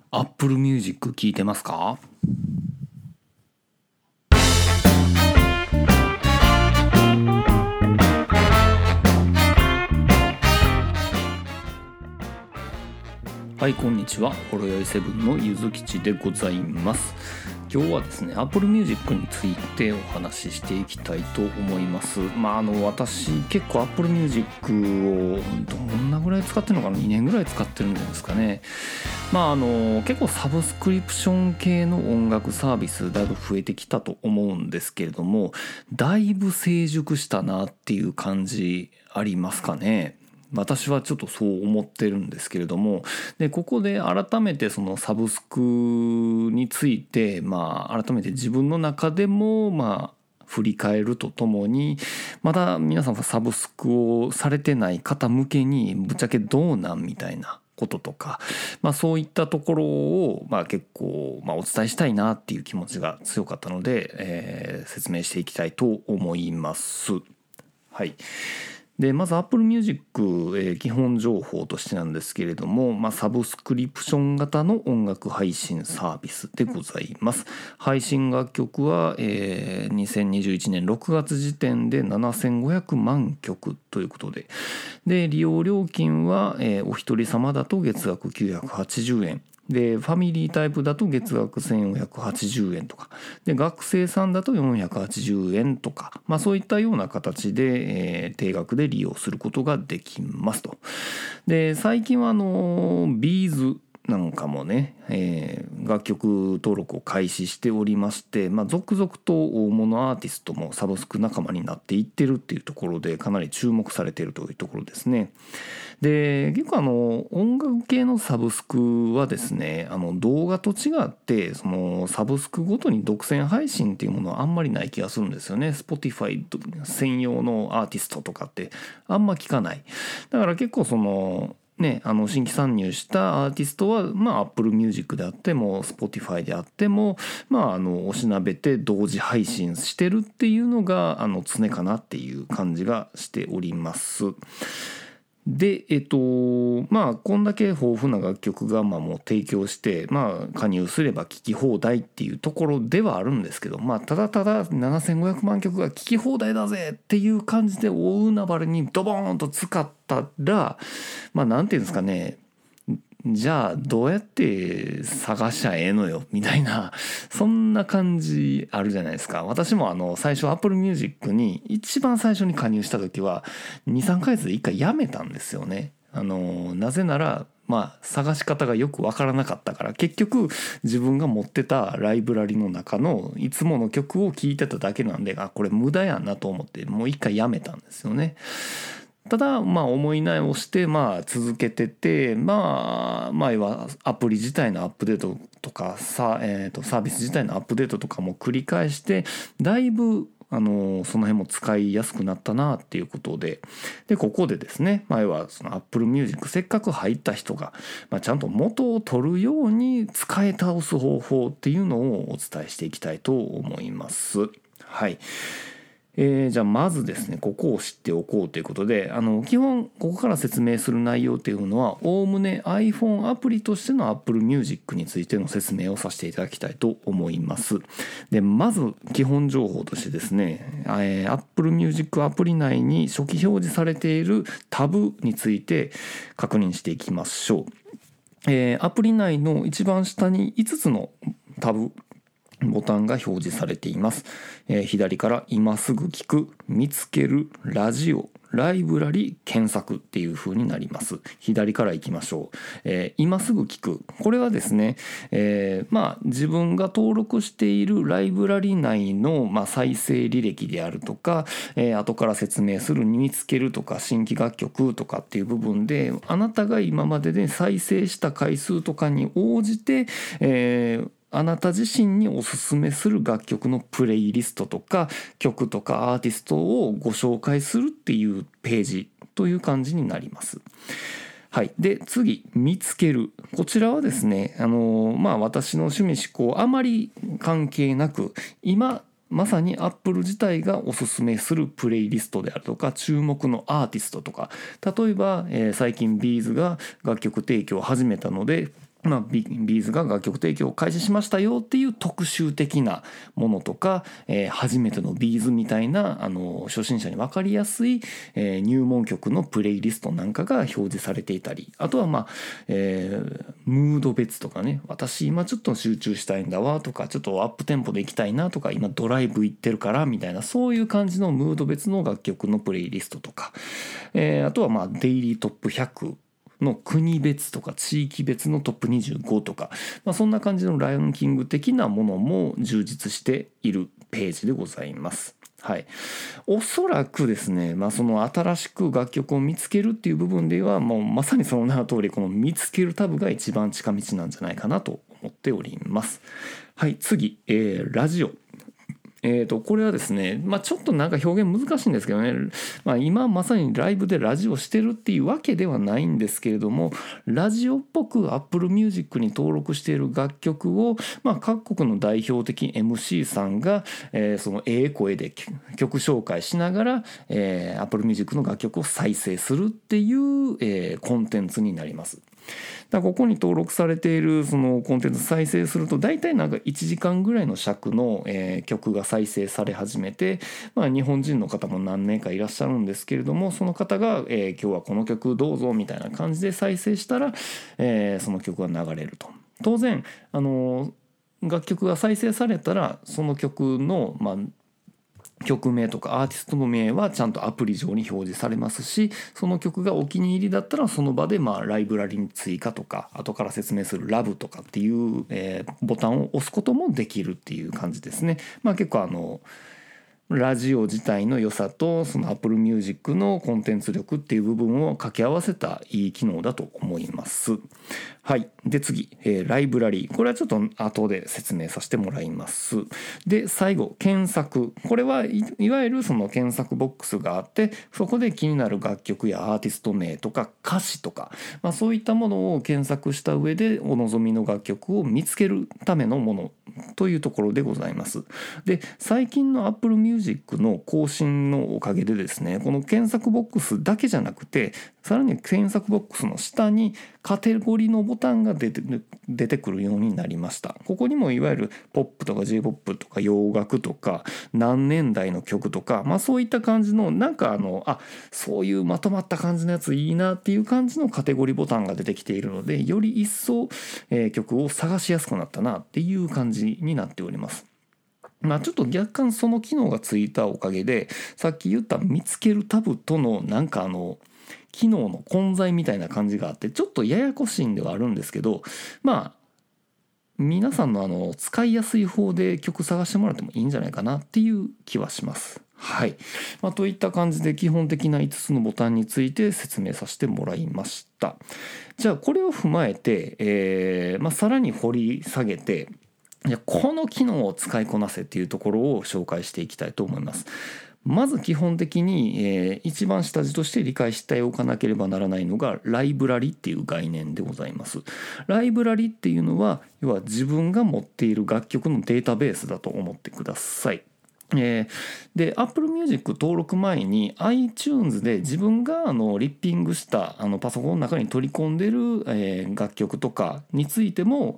Apple Music 聞いてますか？はい、こんにちは。ほろよいセブンのゆずきちでございます。今日はですね Apple Music についてお話ししていきたいと思います。私結構 Apple Music をどんなぐらい使ってるのかな、2年ぐらい使ってるんですかね。結構サブスクリプション系の音楽サービスだいぶ増えてきたと思うんですけれども、だいぶ成熟したなっていう感じありますかね。私はちょっとそう思ってるんですけれども、でここで改めてそのサブスクについて改めて自分の中でも振り返るとともに、まだ皆さんがサブスクをされてない方向けにぶっちゃけどうなんみたいなこととか、そういったところを結構お伝えしたいなっていう気持ちが強かったので、説明していきたいと思います。はい。でまず Apple Music、基本情報としてなんですけれども、サブスクリプション型の音楽配信サービスでございます。配信楽曲は、2021年6月時点で7500万曲ということで、利用料金は、お一人様だと月額980円で、ファミリータイプだと月額1480円とかで、学生さんだと480円とか、そういったような形で、定額で利用することができますと。で最近はビーズなんかもね、楽曲登録を開始しておりまして、続々と大物アーティストもサブスク仲間になっていってるっていうところで、かなり注目されているというところですね。で結構音楽系のサブスクはですね、動画と違ってそのサブスクごとに独占配信っていうものはあんまりない気がするんですよね。 Spotify 専用のアーティストとかってあんま聞かない。だから結構新規参入したアーティストは、Apple Music であっても Spotify であっても、おしなべて同時配信してるっていうのが常かなっていう感じがしております。でこんだけ豊富な楽曲がもう提供して、加入すれば聴き放題っていうところではあるんですけど、ただただ7500万曲が聴き放題だぜっていう感じで大海原にドボーンと使ったら、なんていうんですかね、じゃあどうやって探しゃええのよみたいな、そんな感じあるじゃないですか。私も最初 Apple Music に一番最初に加入した時は 2,3 ヶ月で1回やめたんですよね。なぜなら探し方がよくわからなかったから、結局自分が持ってたライブラリの中のいつもの曲を聴いてただけなんで、これ無駄やなと思ってもう一回やめたんですよね。ただ思い直して続けてて、前はアプリ自体のアップデートとかサービス自体のアップデートとかも繰り返して、だいぶその辺も使いやすくなったなっていうことで、ここでですね、前はその Apple Music せっかく入った人が、ちゃんと元を取るように使い倒す方法っていうのをお伝えしていきたいと思います。はい。じゃあまずですね、ここを知っておこうということで、基本ここから説明する内容というのはおおむね iPhone アプリとしての Apple Music についての説明をさせていただきたいと思います。でまず基本情報としてですね、Apple Music アプリ内に初期表示されているタブについて確認していきましょう。アプリ内の一番下に5つのタブボタンが表示されています。左から今すぐ聞く、見つける、ラジオ、ライブラリ、検索っていう風になります。左からいきましょう。今すぐ聞く、これはですね、自分が登録しているライブラリ内の、再生履歴であるとか、後から説明する見つけるとか新規楽曲とかっていう部分で、あなたが今までで再生した回数とかに応じて、あなた自身におすすめする楽曲のプレイリストとか曲とかアーティストをご紹介するっていうページという感じになります。はい、で次見つける、こちらはですね、私の趣味思考あまり関係なく、今まさに Apple 自体がおすすめするプレイリストであるとか注目のアーティストとか、例えば、最近ビーズが楽曲提供を始めたのでビーズが楽曲提供を開始しましたよっていう特集的なものとか、初めてのビーズみたいな初心者に分かりやすい、入門曲のプレイリストなんかが表示されていたり、あとはムード別とかね、私今ちょっと集中したいんだわとか、ちょっとアップテンポで行きたいなとか、今ドライブ行ってるからみたいな、そういう感じのムード別の楽曲のプレイリストとか、あとはデイリートップ100の国別とか地域別のトップ25とか、そんな感じのランキング的なものも充実しているページでございます。はい、おそらくですね、その新しく楽曲を見つけるっていう部分ではもうまさにその名の通り、この見つけるタブが一番近道なんじゃないかなと思っております。はい、次、ラジオ。これはですね、ちょっとなんか表現難しいんですけどね、今まさにライブでラジオしてるっていうわけではないんですけれども、ラジオっぽく Apple Music に登録している楽曲を、各国の代表的 MC さんが、その声で曲紹介しながら、Apple Music の楽曲を再生するっていう、コンテンツになります。ここに登録されているそのコンテンツ再生すると大体なんか1時間ぐらいの尺の曲が再生され始めて、日本人の方も何名かいらっしゃるんですけれども、その方が今日はこの曲どうぞみたいな感じで再生したらその曲が流れると。当然楽曲が再生されたらその曲の曲名とかアーティストの名はちゃんとアプリ上に表示されますし、その曲がお気に入りだったらその場でライブラリに追加とか後から説明するラブとかっていう、ボタンを押すこともできるっていう感じですね。結構ラジオ自体の良さとその Apple Music のコンテンツ力っていう部分を掛け合わせたいい機能だと思います。はい。で次、ライブラリー。これはちょっと後で説明させてもらいます。で最後、検索。これはいわゆるその検索ボックスがあって、そこで気になる楽曲やアーティスト名とか歌詞とか、そういったものを検索した上でお望みの楽曲を見つけるためのものというところでございます。で最近の Apple Music の更新のおかげでですね、この検索ボックスだけじゃなくて、さらに検索ボックスの下にカテゴリーのボタンが出てくるようになりました。ここにもいわゆるポップとか J-POP とか洋楽とか何年代の曲とか、そういった感じのなんかそういうまとまった感じのやついいなっていう感じのカテゴリーボタンが出てきているので、より一層、曲を探しやすくなったなっていう感じになっております。ちょっと若干その機能がついたおかげで、さっき言った見つけるタブとのなんか機能の混在みたいな感じがあって、ちょっとややこしいんではあるんですけど、皆さんの使いやすい方で曲探してもらってもいいんじゃないかなっていう気はします。はい。といった感じで基本的な5つのボタンについて説明させてもらいました。じゃあこれを踏まえて、さらに掘り下げて、この機能を使いこなせっていうところを紹介していきたいと思います。まず基本的に、一番下地として理解しておかなければならないのがライブラリっていう概念でございます。ライブラリっていうのは要は自分が持っている楽曲のデータベースだと思ってください。で Apple Music 登録前に iTunes で自分がリッピングしたパソコンの中に取り込んでる、楽曲とかについても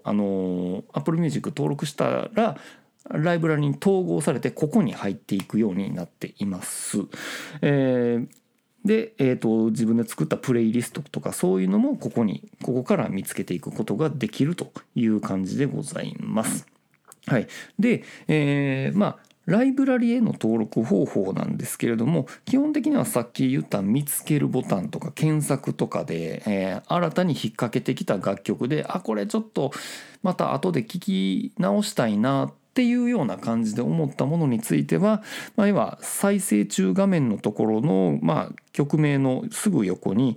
Apple Music 登録したらライブラリに統合されてここに入っていくようになっています。で、自分で作ったプレイリストとかそういうのもここから見つけていくことができるという感じでございます。はい。で、ライブラリへの登録方法なんですけれども、基本的にはさっき言った見つけるボタンとか検索とかで、新たに引っ掛けてきた楽曲でこれちょっとまた後で聞き直したいなっていうような感じで思ったものについては、要は再生中画面のところの、曲名のすぐ横に、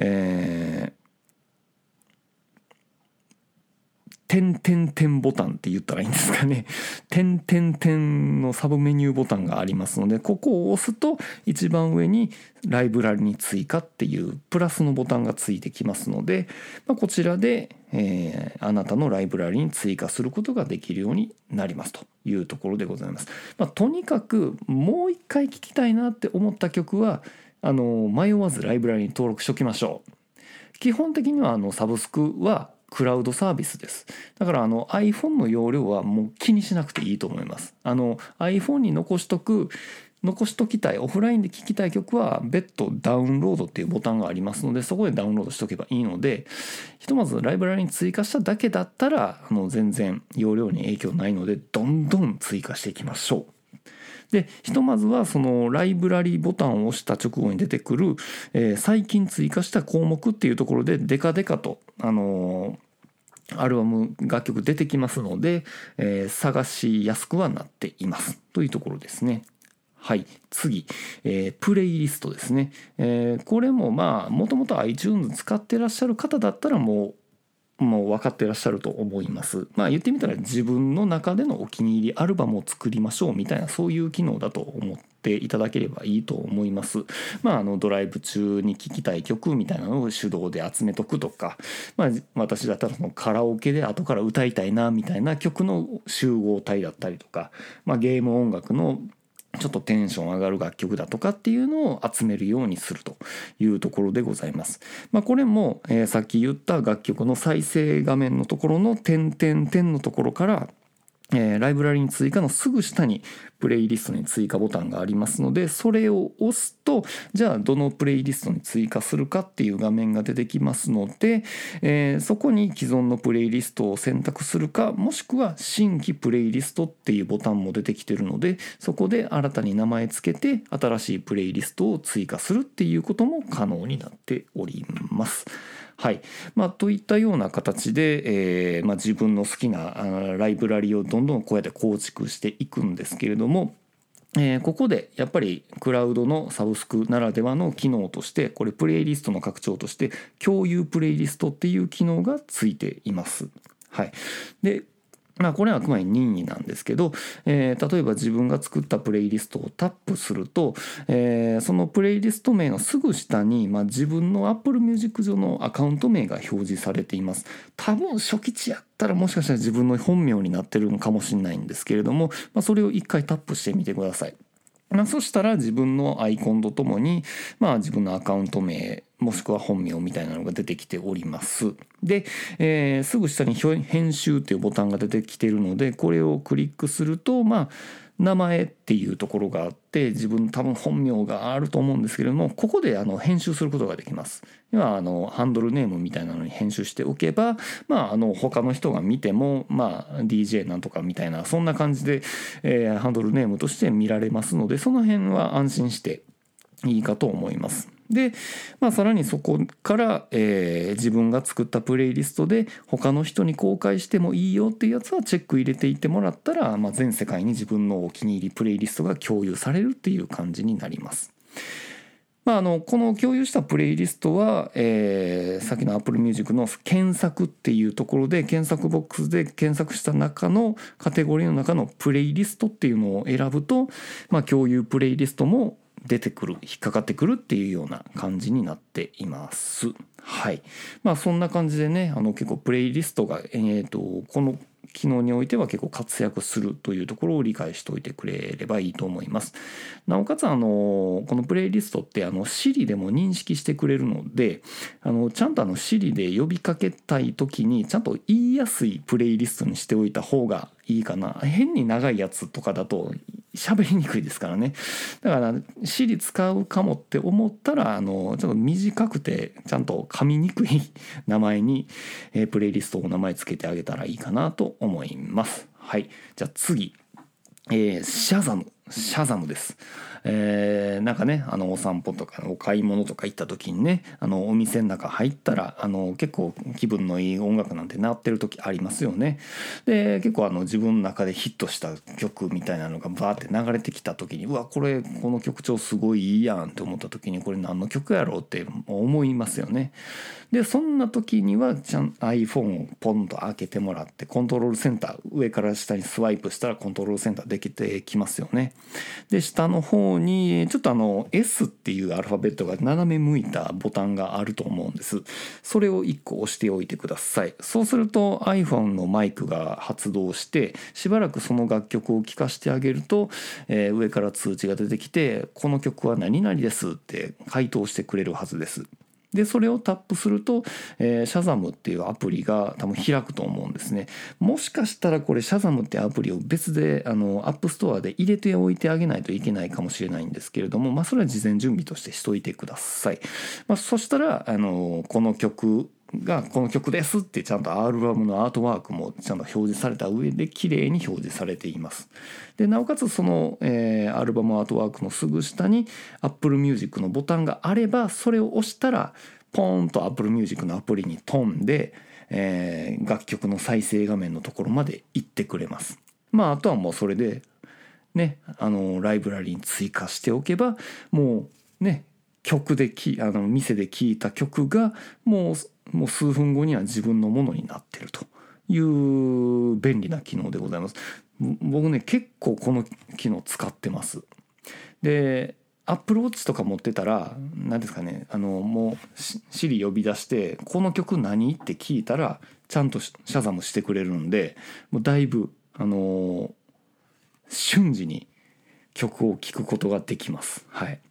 点点点ボタンって言ったらいいんですかね。点点点のサブメニューボタンがありますので、ここを押すと一番上にライブラリに追加っていうプラスのボタンがついてきますので、こちらで、あなたのライブラリに追加することができるようになりますというところでございます。とにかくもう一回聴きたいなって思った曲は迷わずライブラリに登録しておきましょう。基本的にはサブスクはクラウドサービスです。だからiPhone の容量はもう気にしなくていいと思います。iPhone に残しときたい、オフラインで聴きたい曲は別途ダウンロードっていうボタンがありますので、そこでダウンロードしとけばいいので、ひとまずライブラリに追加しただけだったら全然容量に影響ないので、どんどん追加していきましょう。で、ひとまずはそのライブラリボタンを押した直後に出てくる、最近追加した項目っていうところでデカデカとアルバム楽曲出てきますので、探しやすくはなっていますというところですね。はい、次、プレイリストですね。これももともと iTunes 使ってらっしゃる方だったらもう分かってらっしゃると思います。言ってみたら自分の中でのお気に入りアルバムを作りましょうみたいな、そういう機能だと思っていただければいいと思います。ドライブ中に聴きたい曲みたいなのを手動で集めとくとか、私だったらそのカラオケで後から歌いたいなみたいな曲の集合体だったりとか、ゲーム音楽のちょっとテンション上がる楽曲だとかっていうのを集めるようにするというところでございます。これも、さっき言った楽曲の再生画面のところの点々点のところからライブラリに追加のすぐ下にプレイリストに追加ボタンがありますので、それを押すとじゃあどのプレイリストに追加するかっていう画面が出てきますので、そこに既存のプレイリストを選択するか、もしくは新規プレイリストっていうボタンも出てきてるので、そこで新たに名前つけて新しいプレイリストを追加するっていうことも可能になっております。はい、といったような形で、自分の好きなライブラリをどんどんこうやって構築していくんですけれども、ここでやっぱりクラウドのサブスクならではの機能として、これプレイリストの拡張として共有プレイリストっていう機能がついています。はい、でこれはあくまで任意なんですけど、例えば自分が作ったプレイリストをタップすると、そのプレイリスト名のすぐ下に、自分の Apple Music 上のアカウント名が表示されています。多分初期値やったらもしかしたら自分の本名になってるのかもしれないんですけれども、それを一回タップしてみてください。そしたら自分のアイコンとともに、自分のアカウント名もしくは本名みたいなのが出てきております。で、すぐ下に編集というボタンが出てきているので、これをクリックすると名前っていうところがあって、自分多分本名があると思うんですけれども、ここで編集することができます。ではハンドルネームみたいなのに編集しておけば、他の人が見ても、DJ なんとかみたいなそんな感じで、ハンドルネームとして見られますので、その辺は安心していいかと思います。で、さらにそこから、自分が作ったプレイリストで他の人に公開してもいいよっていうやつはチェック入れていってもらったら、全世界に自分のお気に入りプレイリストが共有されるっていう感じになります。この共有したプレイリストは、さっきの Apple Music の検索っていうところで検索ボックスで検索した中のカテゴリーの中のプレイリストっていうのを選ぶと、共有プレイリストも出てくる、引っかかってくるっていうような感じになっています。はい、そんな感じでね、結構プレイリストが、この機能においては結構活躍するというところを理解しておいてくれればいいと思います。なおかつこのプレイリストってSiri でも認識してくれるので、ちゃんとSiri で呼びかけたい時にちゃんと言いやすいプレイリストにしておいた方がいいかな。変に長いやつとかだと喋りにくいですからね。だからSiri使うかもって思ったらちょっと短くてちゃんと噛みにくい名前に、プレイリストを名前つけてあげたらいいかなと思います。はい、じゃあ次、シャザムです。なんかね、お散歩とかお買い物とか行った時にね、お店の中入ったら結構気分のいい音楽なんて鳴ってる時ありますよね。で、結構自分の中でヒットした曲みたいなのがバーって流れてきた時に、うわこの曲調すごいいいやんって思った時に、これ何の曲やろうって思いますよね。でそんな時にはiPhone をポンと開けてもらって、コントロールセンター上から下にスワイプしたらコントロールセンターできてきますよね。で下の方にちょっとS っていうアルファベットが斜め向いたボタンがあると思うんです。それを1個押しておいてください。そうすると iPhone のマイクが発動して、しばらくその楽曲を聴かせてあげると、上から通知が出てきて、この曲は何々ですって回答してくれるはずです。 でそれをタップすると、シャザムっていうアプリが多分開くと思うんですね。もしかしたらこれシャザムってアプリを別でアップストアで入れておいてあげないといけないかもしれないんですけれども、それは事前準備としてしといてください。そしたらこの曲がこの曲ですってちゃんとアルバムのアートワークもちゃんと表示された上で綺麗に表示されています。でなおかつその、アルバムアートワークのすぐ下に Apple Music のボタンがあれば、それを押したらポーンと Apple Music のアプリに飛んで、楽曲の再生画面のところまで行ってくれます。あとはもうそれでね、ライブラリに追加しておけばもうね、曲で店で聴いた曲がもう数分後には自分のものになっているという便利な機能でございます。僕ね結構この機能使ってます。でApple Watch とか持ってたら何ですかね、もうSiri呼び出してこの曲何って聞いたらちゃんとシャザムしてくれるんで、もうだいぶ瞬時に曲を聴くことができます。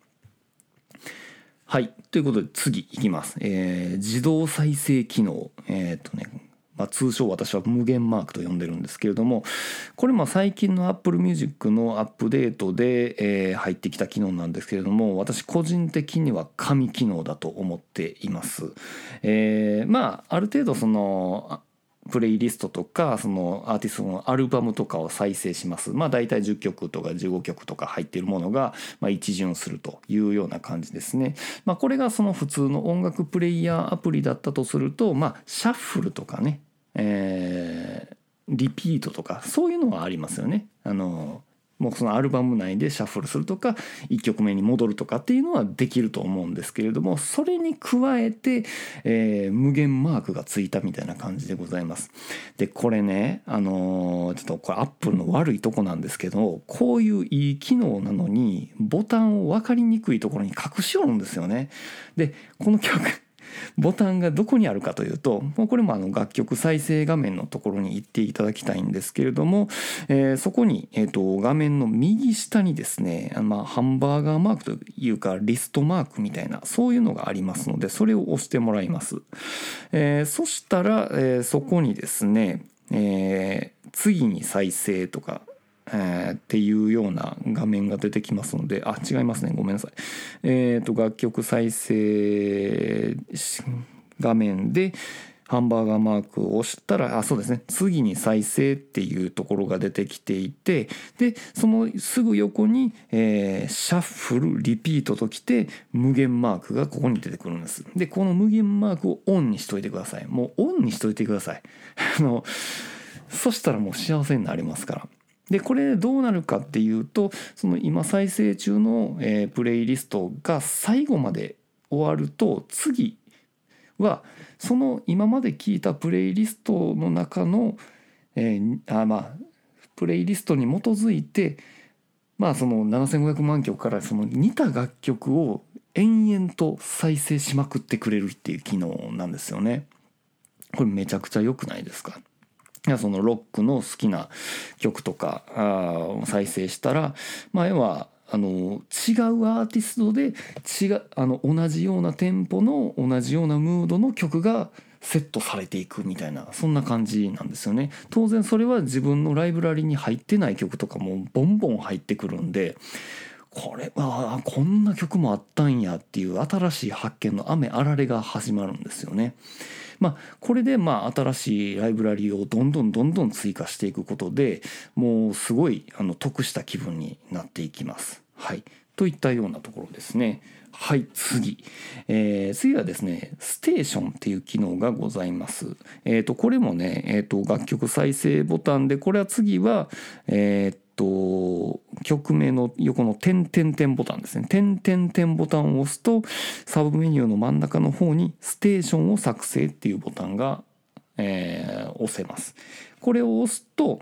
はい、ということで次いきます。自動再生機能、通称私は無限マークと呼んでるんですけれども、これ最近の Apple Music のアップデートで、入ってきた機能なんですけれども、私個人的には神機能だと思っています。ある程度そのプレイリストとかそのアーティストのアルバムとかを再生します。だいたい10曲とか15曲とか入っているものが一巡するというような感じですね。これがその普通の音楽プレイヤーアプリだったとすると、シャッフルとかね、リピートとかそういうのはありますよね。もうそのアルバム内でシャッフルするとか1曲目に戻るとかっていうのはできると思うんですけれども、それに加えて、無限マークがついたみたいな感じでございます。でこれね、ちょっとこれアップルの悪いとこなんですけど、こういういい機能なのにボタンを分かりにくいところに隠しおるんですよね。でこの曲ボタンがどこにあるかというと、これも楽曲再生画面のところに行っていただきたいんですけれども、そこに、画面の右下にですね、ハンバーガーマークというかリストマークみたいなそういうのがありますので、それを押してもらいます。そしたら、そこにですね、次に再生とかっていうような画面が出てきますので、違いますね、ごめんなさい。楽曲再生画面でハンバーガーマークを押したら、そうですね、次に再生っていうところが出てきていて、でそのすぐ横に、シャッフルリピートときて無限マークがここに出てくるんです。でこの無限マークをオンにしといてください。もうオンにしといてくださいそしたらもう幸せになりますから。でこれどうなるかっていうと、その今再生中の、プレイリストが最後まで終わると、次はその今まで聞いたプレイリストの中の、プレイリストに基づいて、その7500万曲からその似た楽曲を延々と再生しまくってくれるっていう機能なんですよね。これめちゃくちゃ良くないですか？そのロックの好きな曲とか再生したら、要は違うアーティストで同じようなテンポの同じようなムードの曲がセットされていくみたいな、そんな感じなんですよね。当然それは自分のライブラリに入ってない曲とかもボンボン入ってくるんで、これはこんな曲もあったんやっていう新しい発見の雨あられが始まるんですよね。これで新しいライブラリをどんどん追加していくことで、もうすごい得した気分になっていきます。といったようなところですね。次はですね、ステーションっていう機能がございます。これもね、楽曲再生ボタンで、これは次は曲名の横の点々点ボタンですね。点々点ボタンを押すと、サブメニューの真ん中の方にステーションを作成っていうボタンが、押せます。これを押すと、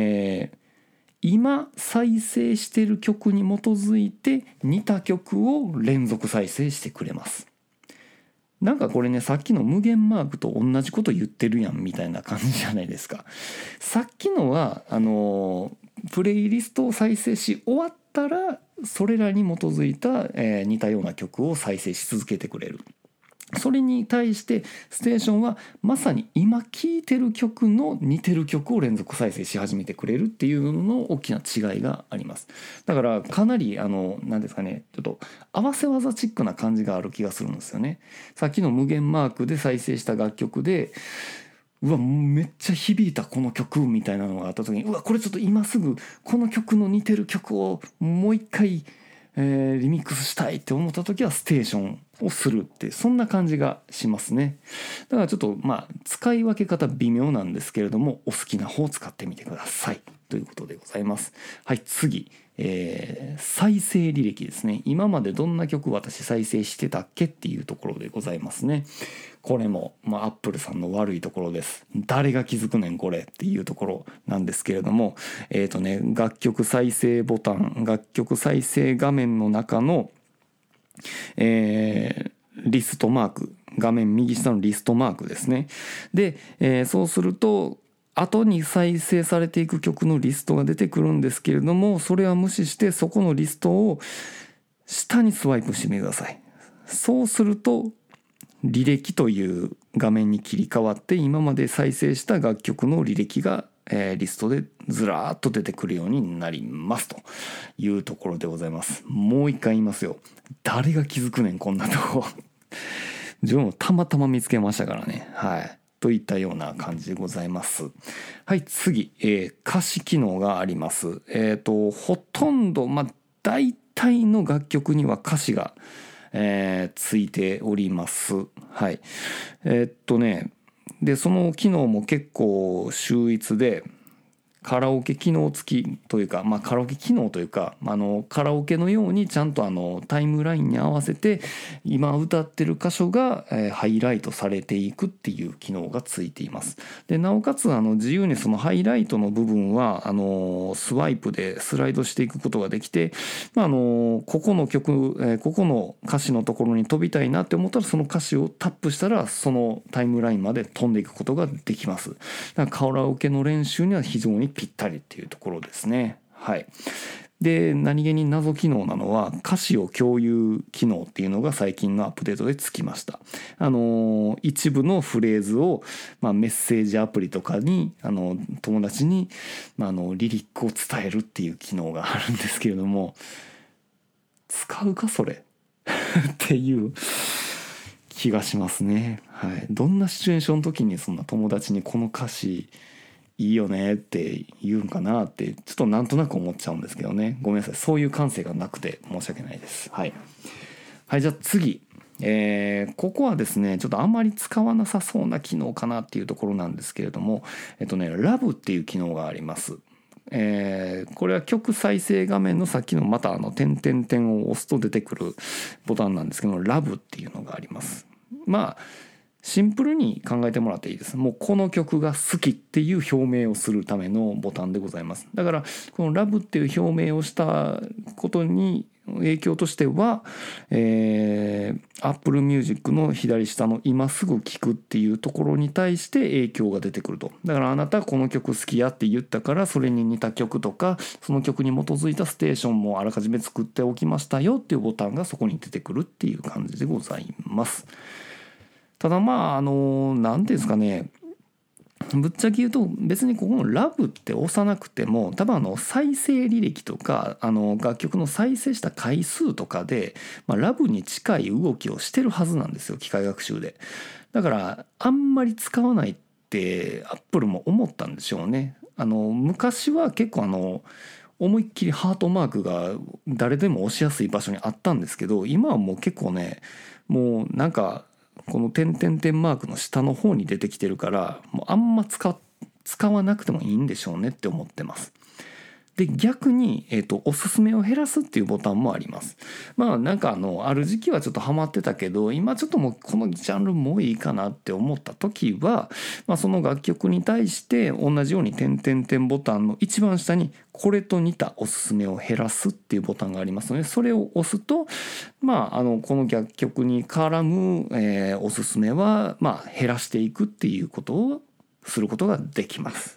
今再生している曲に基づいて似た曲を連続再生してくれます。なんかこれね、さっきの無限マークと同じこと言ってるやんみたいな感じじゃないですか。さっきのはプレイリストを再生し終わったらそれらに基づいた、似たような曲を再生し続けてくれる。 それに対してステーションはまさに今聴いてる曲の似てる曲を連続再生し始めてくれるっていうのの大きな違いがあります。だからかなり何ですかね、ちょっと合わせ技チックな感じがある気がするんですよね。さっきの無限マークで再生した楽曲でうわめっちゃ響いたこの曲みたいなのがあった時に、うわこれちょっと今すぐこの曲の似てる曲をもう一回リミックスしたいって思った時はステーションをするって、そんな感じがしますね。だからちょっと使い分け方微妙なんですけれども、お好きな方を使ってみてくださいということでございます。はい、次、再生履歴ですね。今までどんな曲私再生してたっけっていうところでございますね。これもアップルさんの悪いところです。誰が気づくねんこれっていうところなんですけれども、楽曲再生ボタン、楽曲再生画面の中の、リストマーク、画面右下のリストマークですね。で、そうすると後に再生されていく曲のリストが出てくるんですけれども、それは無視してそこのリストを下にスワイプしてみてください。そうすると履歴という画面に切り替わって、今まで再生した楽曲の履歴が、リストでずらーっと出てくるようになりますというところでございます。もう一回言いますよ。誰が気づくねんこんなとこ自分もたまたま見つけましたからね。はいといったような感じでございます。はい、次、歌詞機能があります。ほとんど大体の楽曲には歌詞がついております。はい。でその機能も結構秀逸で、カラオケ機能付きというか、カラオケ機能というか、カラオケのようにちゃんとタイムラインに合わせて今歌ってる箇所が、ハイライトされていくっていう機能がついています。でなおかつ自由にそのハイライトの部分はスワイプでスライドしていくことができて、ここの曲、ここの歌詞のところに飛びたいなって思ったらその歌詞をタップしたらそのタイムラインまで飛んでいくことができます。だからカラオケの練習には非常にぴったりっていうところですね。はい。で何気に謎機能なのは歌詞を共有機能っていうのが最近のアップデートでつきました。一部のフレーズを、メッセージアプリとかに友達に、リリックを伝えるっていう機能があるんですけれども、使うかそれっていう気がしますね。はい。どんなシチュエーションの時にそんな友達にこの歌詞いいよねって言うんかなってちょっとなんとなく思っちゃうんですけどね。ごめんなさい、そういう感性がなくて申し訳ないです。はい、はい、じゃあ次、ここはですねちょっとあんまり使わなさそうな機能かなっていうところなんですけれども、ラブっていう機能があります。これは曲再生画面のさっきのまた点々点を押すと出てくるボタンなんですけど、ラブっていうのがあります。シンプルに考えてもらっていいです。もうこの曲が好きっていう表明をするためのボタンでございます。だからこのラブっていう表明をしたことに影響としては、Apple Music の左下の今すぐ聴くっていうところに対して影響が出てくると。だからあなたこの曲好きやって言ったからそれに似た曲とかその曲に基づいたステーションもあらかじめ作っておきましたよっていうボタンがそこに出てくるっていう感じでございます。ただ何ていうんですかね、ぶっちゃけ言うと別にここのラブって押さなくても多分再生履歴とか楽曲の再生した回数とかで、ラブに近い動きをしてるはずなんですよ、機械学習で。だからあんまり使わないってアップルも思ったんでしょうね。昔は結構思いっきりハートマークが誰でも押しやすい場所にあったんですけど、今はもう結構ね、もうなんかこの点々点マークの下の方に出てきてるから、もうあんま使わなくてもいいんでしょうねって思ってます。で逆に、おすすめを減らすっていうボタンもあります。なんかある時期はちょっとハマってたけど今ちょっともうこのジャンルもういいかなって思った時は、その楽曲に対して同じように点々点ボタンの一番下にこれと似たおすすめを減らすっていうボタンがありますので、それを押すとこの楽曲に絡む、おすすめは減らしていくっていうことをすることができます。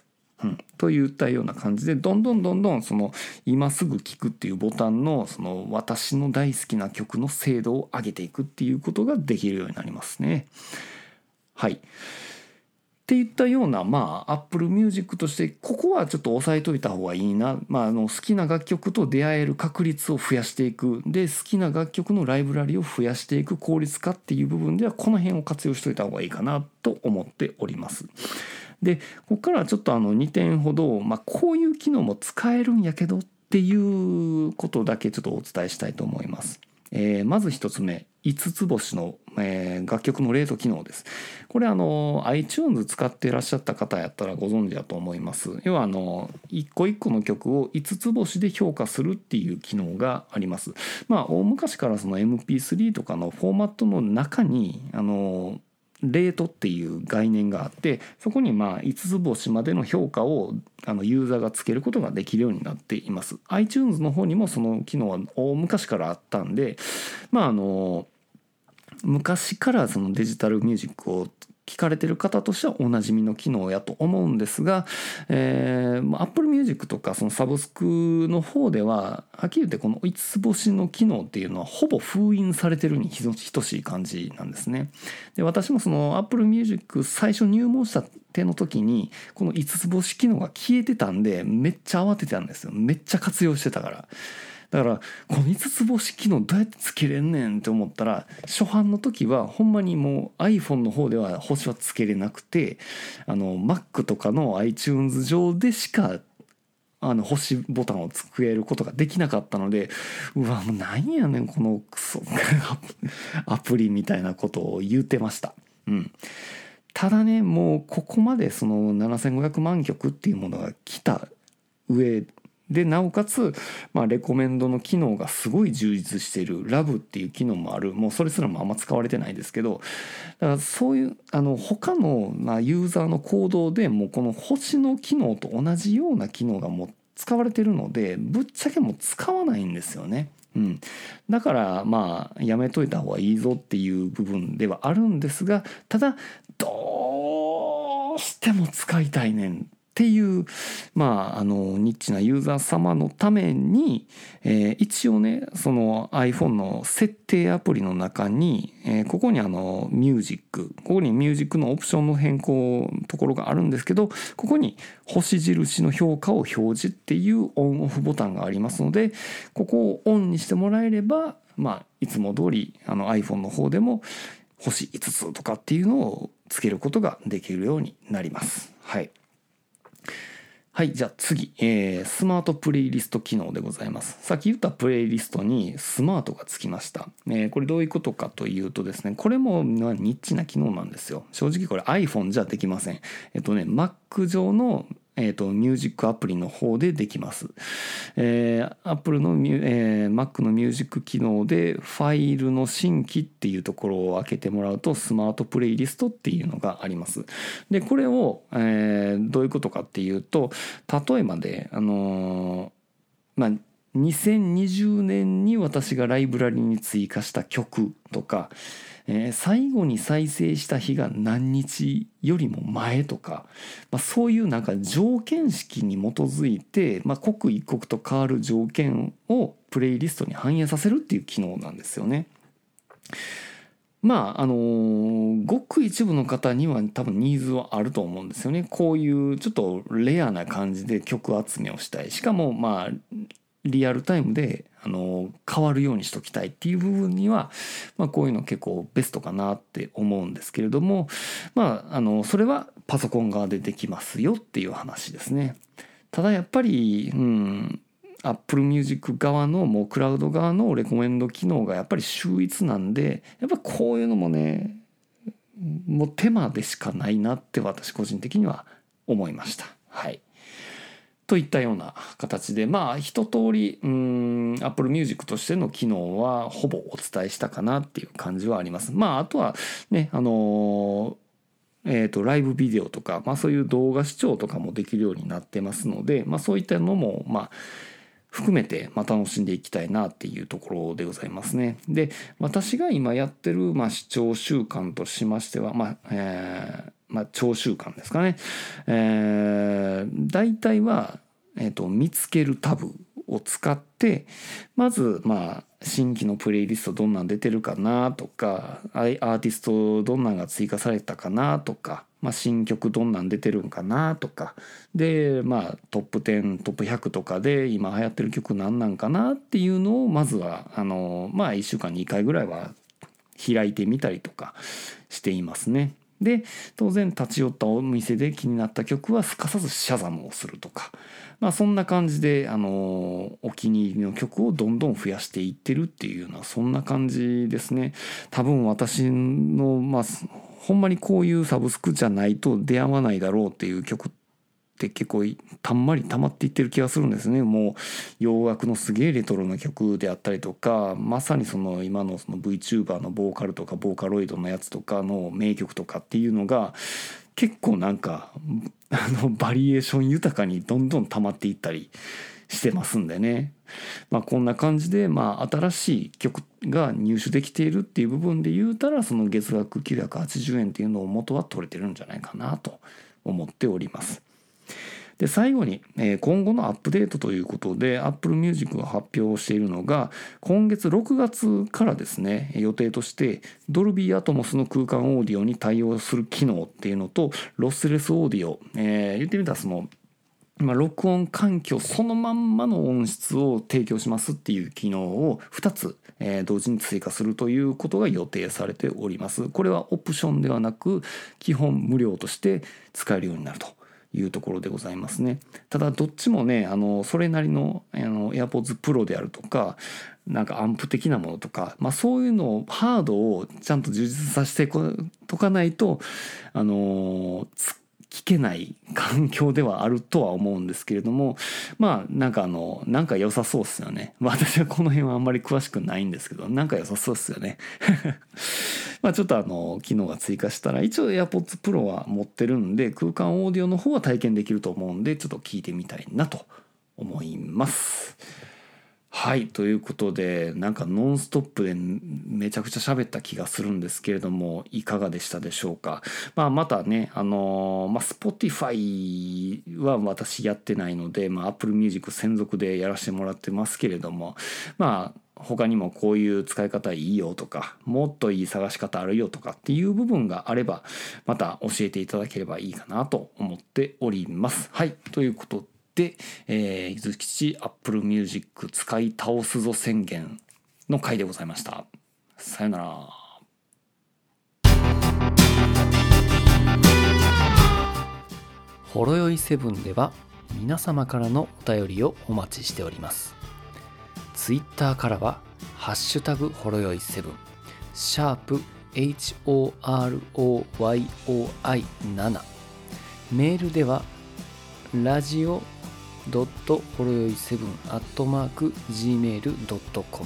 といったような感じでどんどんその今すぐ聴くっていうボタンのその私の大好きな曲の精度を上げていくっていうことができるようになりますね。はい。っていったようなApple Music としてここはちょっと押さえといた方がいいな、好きな楽曲と出会える確率を増やしていくで好きな楽曲のライブラリを増やしていく効率化っていう部分ではこの辺を活用しておいた方がいいかなと思っております。でここからはちょっと2点ほど、こういう機能も使えるんやけどっていうことだけちょっとお伝えしたいと思います。まず一つ目5つ星の、楽曲のレート機能です。これiTunes 使っていらっしゃった方やったらご存知だと思います。要は一個一個の曲を5つ星で評価するっていう機能があります。大昔からその MP3 とかのフォーマットの中にレートっていう概念があってそこに5つ星までの評価をユーザーがつけることができるようになっています。 iTunes の方にもその機能は大昔からあったんで昔からそのデジタルミュージックを聞かれてる方としてはおなじみの機能やと思うんですが、Apple Music とかそのサブスクの方でははっきり言ってこの5つ星の機能っていうのはほぼ封印されてるに等しい感じなんですね。で私もその Apple Music 最初入門したての時にこの5つ星機能が消えてたんでめっちゃ慌ててたんですよ。めっちゃ活用してたから。だからこの5つ星機能どうやってつけれんねんって思ったら初版の時はほんまにもう iPhone の方では星はつけれなくてMac とかの iTunes 上でしか星ボタンをつけることができなかったのでうわもうなんやねんこのクソアプリみたいなことを言うてました。ただねもうここまでその7500万曲っていうものが来た上でなおかつ、レコメンドの機能がすごい充実しているラブっていう機能もある。もうそれすらもあんま使われてないですけどだからそういう他の、ユーザーの行動でもうこの星の機能と同じような機能がもう使われてるのでぶっちゃけもう使わないんですよね。だからやめといた方がいいぞっていう部分ではあるんですがただどうしても使いたいねんっていうニッチなユーザー様のために、一応ねその iPhone の設定アプリの中に、ここにミュージックここにミュージックのオプションの変更のところがあるんですけどここに星印の評価を表示っていうオンオフボタンがありますのでここをオンにしてもらえればいつも通りiPhone の方でも星5つとかっていうのをつけることができるようになります。はい、じゃあ次、スマートプレイリスト機能でございます。さっき言ったプレイリストにスマートがつきました。これどういうことかというとですね、これもニッチな機能なんですよ。正直これ iPhone じゃできません。Mac 上のミュージックアプリの方でできます。Apple のMac のミュージック機能でファイルの新規っていうところを開けてもらうとスマートプレイリストっていうのがあります。でこれを、どういうことかっていうと例えばで2020年に私がライブラリに追加した曲とか最後に再生した日が何日よりも前とか、そういうなんか条件式に基づいて、刻一刻と変わる条件をプレイリストに反映させるっていう機能なんですよね。ごく一部の方には多分ニーズはあると思うんですよね。こういうちょっとレアな感じで曲集めをしたい。しかもリアルタイムで変わるようにしときたいっていう部分には、こういうの結構ベストかなって思うんですけれどもそれはパソコン側でできますよっていう話ですね。ただやっぱりApple Music 側のもうクラウド側のレコメンド機能がやっぱり秀逸なんでやっぱこういうのもねもう手間でしかないなって私個人的には思いました。といったような形で一通りApple Music としての機能はほぼお伝えしたかなっていう感じはあります。あとはねライブビデオとか、そういう動画視聴とかもできるようになってますので、そういったのも含めて楽しんでいきたいなっていうところでございますね。で私が今やってる視聴習慣としましては聴習慣ですかね。大体は、見つけるタブを使ってまず新規のプレイリストどんなん出てるかなとか、アーティストどんなんが追加されたかなとか、新曲どんなん出てるんかなとかで、トップ10トップ100とかで今流行ってる曲なんなんかなっていうのをまずは1週間に2回ぐらいは開いてみたりとかしていますね。で当然立ち寄ったお店で気になった曲はすかさずシャザムをするとか、そんな感じでお気に入りの曲をどんどん増やしていってるっていうようなそんな感じですね。多分私のほんまにこういうサブスクじゃないと出会わないだろうっていう曲って結構たんまり溜まっていってる気がするんですね。もう洋楽のすげえレトロな曲であったりとか、まさに今のVTuber のボーカルとかボーカロイドのやつとかの名曲とかっていうのが結構バリエーション豊かにどんどん溜まっていったりしてますんでね。こんな感じで新しい曲が入手できているっていう部分で言うたら、その月額980円っていうのを元は取れてるんじゃないかなと思っております。で最後に今後のアップデートということで Apple Music が発表しているのが、今月6月からですね予定としてドルビーアトモスの空間オーディオに対応する機能っていうのとロスレスオーディオ、言ってみたら録音環境そのまんまの音質を提供しますっていう機能を2つ同時に追加するということが予定されております。これはオプションではなく基本無料として使えるようになるというところでございますね。ただどっちもねそれなりのAirPods Pro であるとかアンプ的なものとか、そういうのをハードをちゃんと充実させてとかないと聞けない環境ではあるとは思うんですけれども、なんか良さそうっすよね。私はこの辺はあんまり詳しくないんですけど、なんか良さそうっすよね。ちょっと機能が追加したら一応 AirPods Pro は持ってるんで空間オーディオの方は体験できると思うんでちょっと聞いてみたいなと思います。はい、ということでノンストップでめちゃくちゃ喋った気がするんですけれどもいかがでしたでしょうか。またねSpotify は私やってないので、Apple Music 専属でやらせてもらってますけれども、他にもこういう使い方いいよとかもっといい探し方あるよとかっていう部分があればまた教えていただければいいかなと思っております。はい、ということでゆずきち Apple Music 使い倒すぞ宣言の回でございました。さよなら。ほろよい7では皆様からのお便りをお待ちしております。ツイッターからはハッシュタグほろよい7シャープ HOROYOI7 メールではラジオほろよい7@gmail.com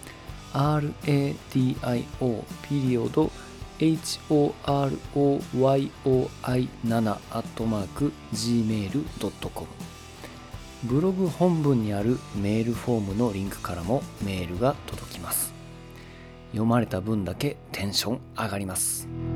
radio.horoyoi7@gmail.com ブログ本文にあるメールフォームのリンクからもメールが届きます。読まれた分だけテンション上がります。